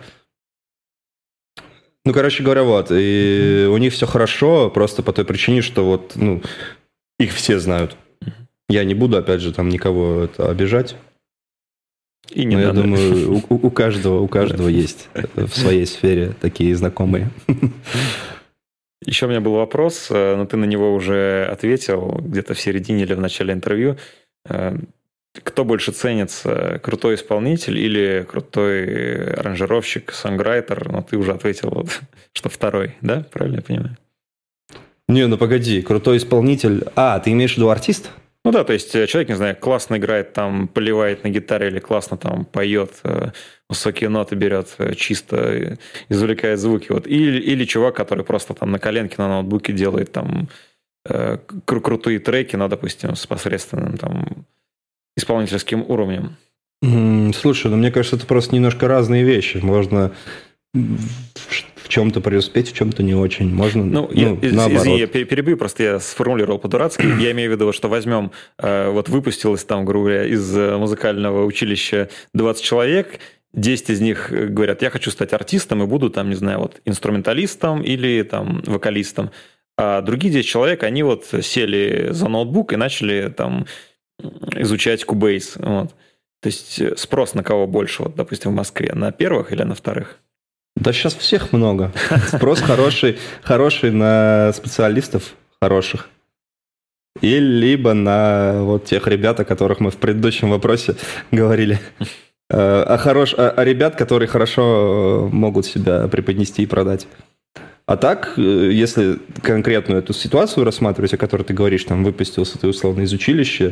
Ну, короче говоря, вот, и у них все хорошо, просто по той причине, что вот, их все знают. Я не буду, опять же, там никого обижать. И не но надо. я думаю, у каждого есть в своей сфере такие знакомые. Еще у меня был вопрос, но ты на него уже ответил где-то в середине или в начале интервью. Кто больше ценится, крутой исполнитель или крутой аранжировщик, сонграйтер? Ну, ты уже ответил, что второй, да? Правильно я понимаю? Не, ну погоди, крутой исполнитель... ты имеешь в виду артист? Ну да, то есть человек, не знаю, классно играет, там, поливает на гитаре или классно там поет, высокие ноты берет, чисто извлекает звуки. Вот. Или чувак, который просто там на коленке на ноутбуке делает там крутые треки, допустим, с посредственным там исполнительским уровнем. Слушай, мне кажется, это просто немножко разные вещи. Можно в чем-то преуспеть, в чем-то не очень. Можно, наоборот. Извини, я перебью, просто я сформулировал по-дурацки. Я имею в виду, что возьмем, вот выпустилось там, грубо говоря, из музыкального училища 20 человек, 10 из них говорят, я хочу стать артистом и буду там, не знаю, вот инструменталистом или там вокалистом. А другие 10 человек, они вот сели за ноутбук и начали там изучать Cubase. Вот. То есть спрос на кого больше, вот, допустим, в Москве, на первых или на вторых? Да сейчас всех много. Спрос хороший на специалистов хороших. И либо на вот тех ребят, о которых мы в предыдущем вопросе говорили. О ребят, которые хорошо могут себя преподнести и продать. А так, если конкретную эту ситуацию рассматривать, о которой ты говоришь, там выпустился ты условно из училища,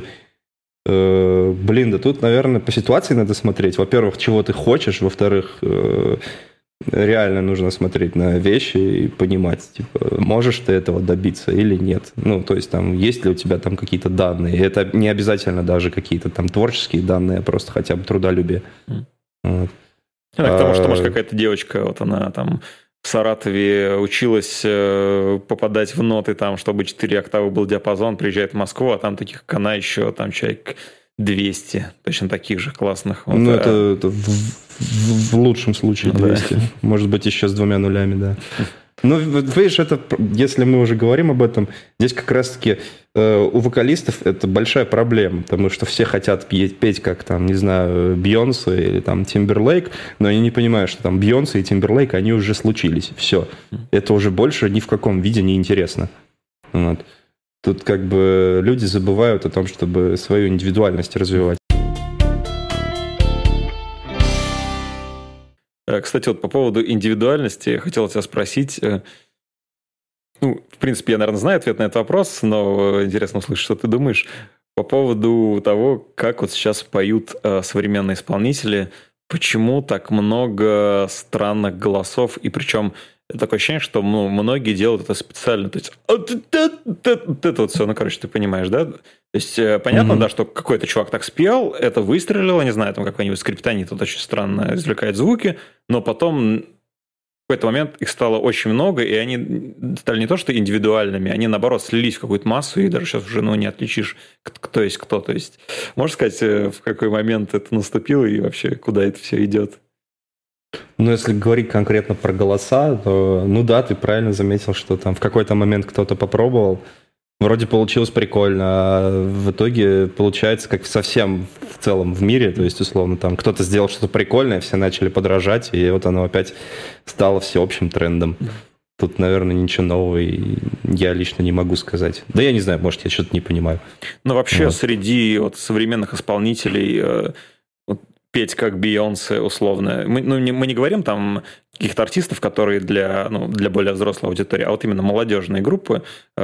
да тут, наверное, по ситуации надо смотреть. Во-первых, чего ты хочешь, во-вторых, реально нужно смотреть на вещи и понимать, типа, можешь ты этого добиться или нет. Ну, то есть, там, есть ли у тебя там какие-то данные. И это не обязательно даже какие-то там творческие данные, а просто хотя бы трудолюбие. Вот. Потому что, может, какая-то девочка, вот она там в Саратове училась попадать в ноты, там, чтобы 4 октавы был диапазон, приезжает в Москву, а там таких как она еще, там человек 200, точно таких же классных. Вот, ну, это в лучшем случае 200. Да. Может быть, еще с 2 нулями, да. Ну, видишь, это, если мы уже говорим об этом, здесь как раз-таки у вокалистов это большая проблема, потому что все хотят петь как, там, не знаю, Бейонсе или там Тимберлейк, но они не понимают, что там Бейонсе и Тимберлейк, они уже случились. Все. Это уже больше ни в каком виде не интересно. Вот. Тут как бы люди забывают о том, чтобы свою индивидуальность развивать. Кстати, вот по поводу индивидуальности я хотел тебя спросить. Ну, в принципе, я, наверное, знаю ответ на этот вопрос, но интересно услышать, что ты думаешь по поводу того, как вот сейчас поют современные исполнители, почему так много странных голосов, и причем такое ощущение, что многие делают это специально. То есть, это вот все, ну, короче, ты понимаешь, да? То есть, понятно, да, что какой-то чувак так спел, это выстрелило, не знаю, там какой-нибудь скриптонит тут очень странно извлекает звуки, но потом в какой-то момент их стало очень много, и они стали не то что индивидуальными, они, наоборот, слились в какую-то массу, и даже сейчас уже не отличишь, кто есть кто. То есть, можешь сказать, в какой момент это наступило и вообще куда это все идет? Ну, если говорить конкретно про голоса, то, ну да, ты правильно заметил, что там в какой-то момент кто-то попробовал, вроде получилось прикольно, а в итоге получается как совсем в целом в мире, то есть, условно, там кто-то сделал что-то прикольное, все начали подражать, и вот оно опять стало всеобщим трендом. Тут, наверное, ничего нового я лично не могу сказать. Да я не знаю, может, я что-то не понимаю. Но вообще среди вот современных исполнителей петь как Бейонсе, условно. Мы не говорим там каких-то артистов, которые для более взрослой аудитории, а вот именно молодежные группы.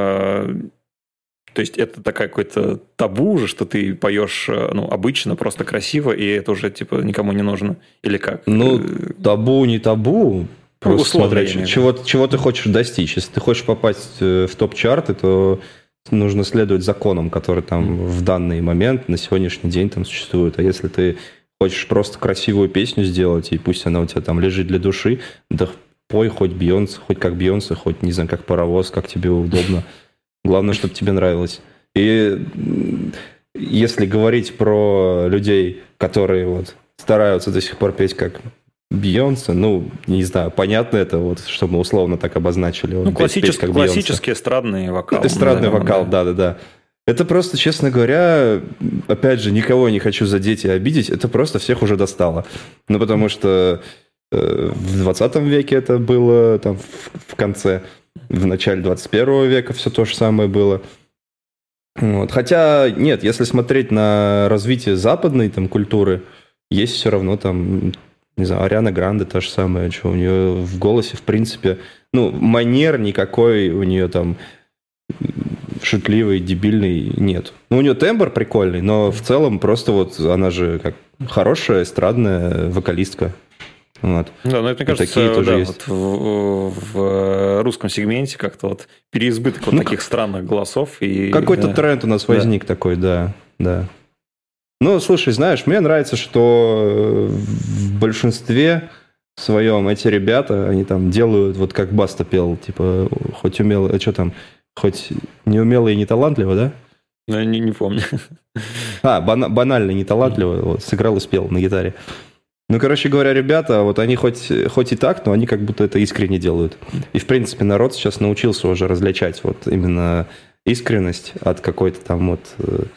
То есть это такая какой-то табу уже, что ты поешь обычно, просто красиво, и это уже типа никому не нужно. Или как? Ну, табу не табу. Просто смотря, чего ты хочешь достичь. Если ты хочешь попасть в топ-чарты, то нужно следовать законам, которые там в данный момент, на сегодняшний день там существуют. А если ты хочешь просто красивую песню сделать, и пусть она у тебя там лежит для души, да пой хоть Бейонсе, хоть как Бейонсе, хоть, не знаю, как паровоз, как тебе удобно. Главное, чтобы тебе нравилось. И если говорить про людей, которые вот стараются до сих пор петь как Бейонсе, ну, не знаю, понятно это, вот, что мы условно так обозначили. Ну, классический эстрадный вокал. Эстрадный вокал, да. Это просто, честно говоря, опять же, никого не хочу задеть и обидеть, это просто всех уже достало. Ну, потому что в 20 веке это было там в конце, в начале 21 века все то же самое было. Вот. Хотя, нет, если смотреть на развитие западной там культуры, есть все равно там, не знаю, Ариана Гранде та же самая, что у нее в голосе, в принципе, ну, манер никакой у нее там шутливый, дебильный нет. Ну, у нее тембр прикольный, но в целом просто вот она же как хорошая эстрадная вокалистка. Вот. Да, но это, мне кажется, такие тоже есть. Вот в русском сегменте как-то вот переизбыток вот таких странных голосов. И, какой-то тренд у нас возник такой, да. Ну, слушай, знаешь, мне нравится, что в большинстве своем эти ребята, они там делают, вот как Баста пел, типа, хоть умело, что там, хоть неумело и не талантливо, да? Ну, не помню. Банально не талантливо, вот, сыграл и спел на гитаре. Ну, короче говоря, ребята, вот они хоть и так, но они как будто это искренне делают. И, в принципе, народ сейчас научился уже различать вот именно искренность от какой-то там вот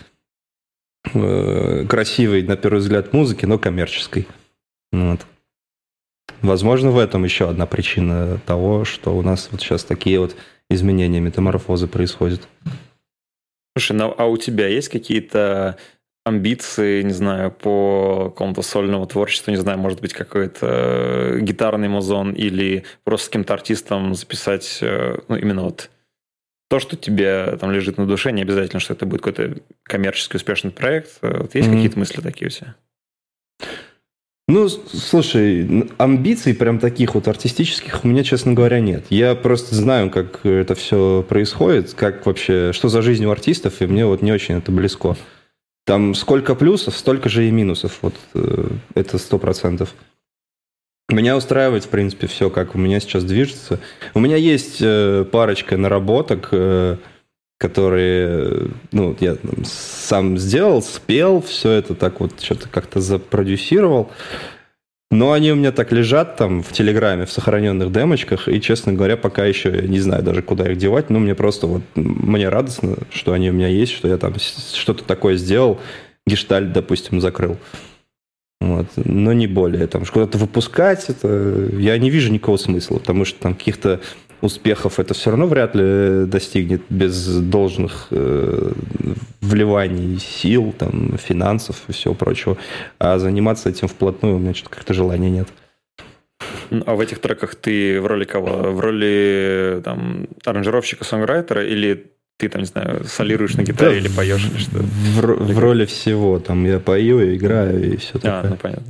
красивой, на первый взгляд, музыки, но коммерческой. Вот. Возможно, в этом еще одна причина того, что у нас вот сейчас такие вот изменения, метаморфозы происходят. Слушай, ну а у тебя есть какие-то амбиции, не знаю, по какому-то сольному творчеству, не знаю, может быть, какой-то гитарный музон или просто с каким-то артистом записать, ну, именно вот то, что тебе там лежит на душе, не обязательно, что это будет какой-то коммерчески успешный проект. Вот есть какие-то мысли такие у тебя? Ну, слушай, амбиций прям таких вот артистических у меня, честно говоря, нет. Я просто знаю, как это все происходит, как вообще, что за жизнь у артистов, и мне вот не очень это близко. Там сколько плюсов, столько же и минусов. Вот это 100%. Меня устраивает, в принципе, все, как у меня сейчас движется. У меня есть парочка наработок, которые, ну, я сам сделал, спел, все это так вот что-то как-то запродюсировал. Но они у меня так лежат там в Телеграме, в сохраненных демочках, и, честно говоря, пока еще не знаю даже, куда их девать. Ну, мне просто вот, мне радостно, что они у меня есть, что я там что-то такое сделал, гештальт, допустим, закрыл. Вот. Но не более. Там куда-то выпускать, это я не вижу никакого смысла, потому что там каких-то успехов это все равно вряд ли достигнет без должных вливаний сил, там, финансов и всего прочего. А заниматься этим вплотную у меня что-то как-то желания нет. А в этих треках ты в роли кого? В роли там аранжировщика-сонграйтера или ты там, не знаю, солируешь на гитаре, да, или поешь, или что? В роли всего. Там я пою, я играю и все такое. Ну понятно.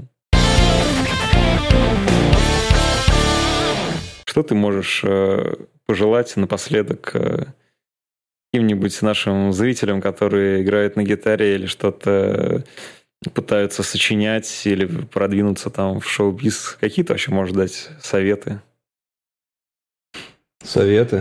Что ты можешь пожелать напоследок каким-нибудь нашим зрителям, которые играют на гитаре или что-то пытаются сочинять или продвинуться там в шоу-биз? Какие ты вообще можешь дать советы? Советы?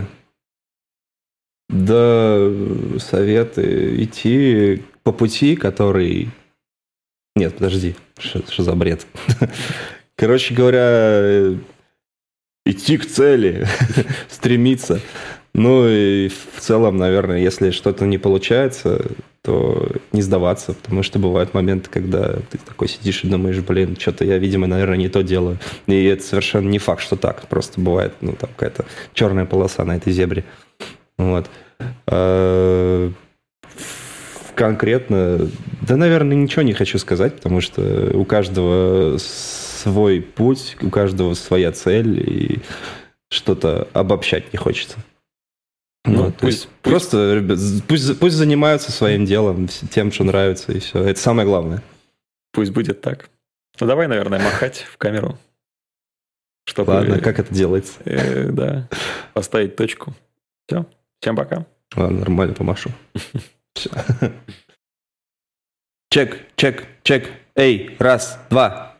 Да, советы идти по пути, который... Нет, подожди, что за бред? Короче говоря, идти к цели, стремиться. Ну и в целом, наверное, если что-то не получается, то не сдаваться, потому что бывают моменты, когда ты такой сидишь и думаешь, блин, что-то я, видимо, наверное, не то делаю. И это совершенно не факт, что так. Просто бывает, ну, там какая-то черная полоса на этой зебре. Вот. Конкретно, да, наверное, ничего не хочу сказать, потому что у каждого свой путь, у каждого своя цель, и что-то обобщать не хочется. Ну, пусть просто, ребят, пусть занимаются своим делом, тем, что нравится, и все. Это самое главное. Пусть будет так. Ну, давай, наверное, махать в камеру. Чтобы... Ладно, как это делается? Да, поставить точку. Все, всем пока. Ладно, нормально помашу. Чек, чек, чек. Эй, раз, два.